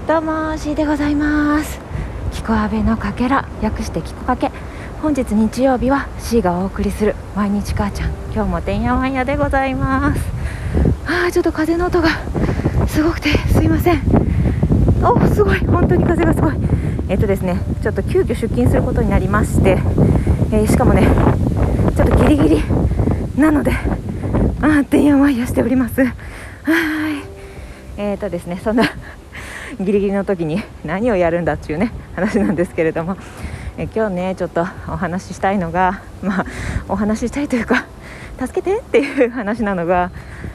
どうも C でございます。キコアベのかけら、略してキコかけ。本日日曜日は C がお送りする毎日母ちゃん、今日もてんやわんやでございます。ちょっと風の音がすごくてすいません。すごい、本当に風がすごい。ですね、ちょっと急遽出勤することになりまして、しかもねちょっとギリギリなのでてんやわんやしております。ですね、そんなギリギリの時に何をやるんだっていうね話なんですけれども、今日ねちょっとお話ししたいのが、お話ししたいというか助けてっていう話なのが、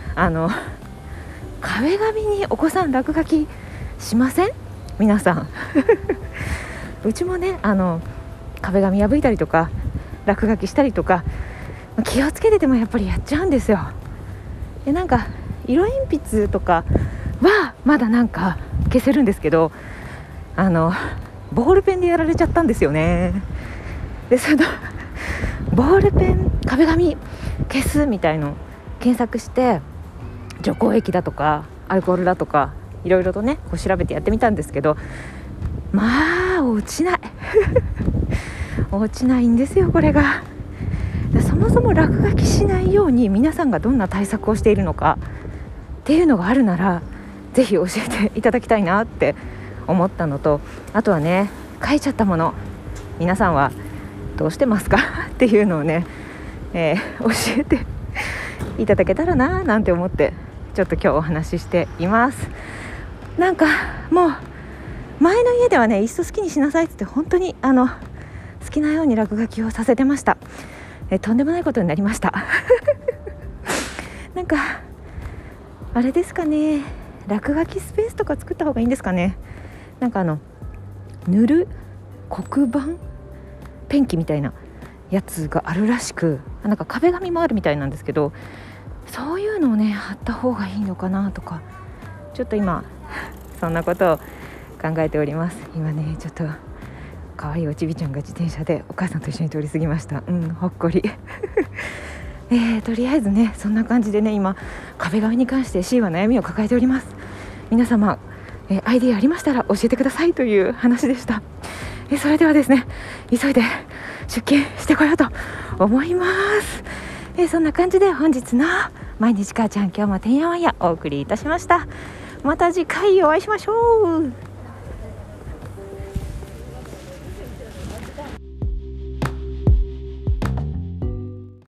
壁紙にお子さん落書きしません？皆さんうちもね壁紙破いたりとか落書きしたりとか気をつけててもやっぱりやっちゃうんですよ。でなんか色鉛筆とかはまだなんか消せるんですけど、ボールペンでやられちゃったんですよね。でそのボールペン壁紙消すみたいの検索して除光液だとかアルコールだとかいろいろとねこう調べてやってみたんですけど、落ちない落ちないんですよこれが。そもそも落書きしないように皆さんがどんな対策をしているのかっていうのがあるならぜひ教えていただきたいなって思ったのと、あとはね書いちゃったもの皆さんはどうしてますかっていうのをね、教えていただけたらななんて思ってちょっと今日お話ししています。なんかもう前の家ではねいっそ好きにしなさいって本当に好きなように落書きをさせてました。とんでもないことになりましたなんかあれですかね、落書きスペースとか作った方がいいんですかね。なんか塗る黒板ペンキみたいなやつがあるらしく、なんか壁紙もあるみたいなんですけど、そういうのをね貼った方がいいのかなとかちょっと今そんなことを考えております。今ねちょっと可愛いおちびちゃんが自転車でお母さんと一緒に通り過ぎました。ほっこりとりあえずねそんな感じでね今壁紙に関して C は悩みを抱えております。皆様、アイディアありましたら教えてくださいという話でした。それではですね急いで出勤してこようと思います。そんな感じで本日の毎日母ちゃん今日もてんやわんやお送りいたしました。また次回お会いしましょう。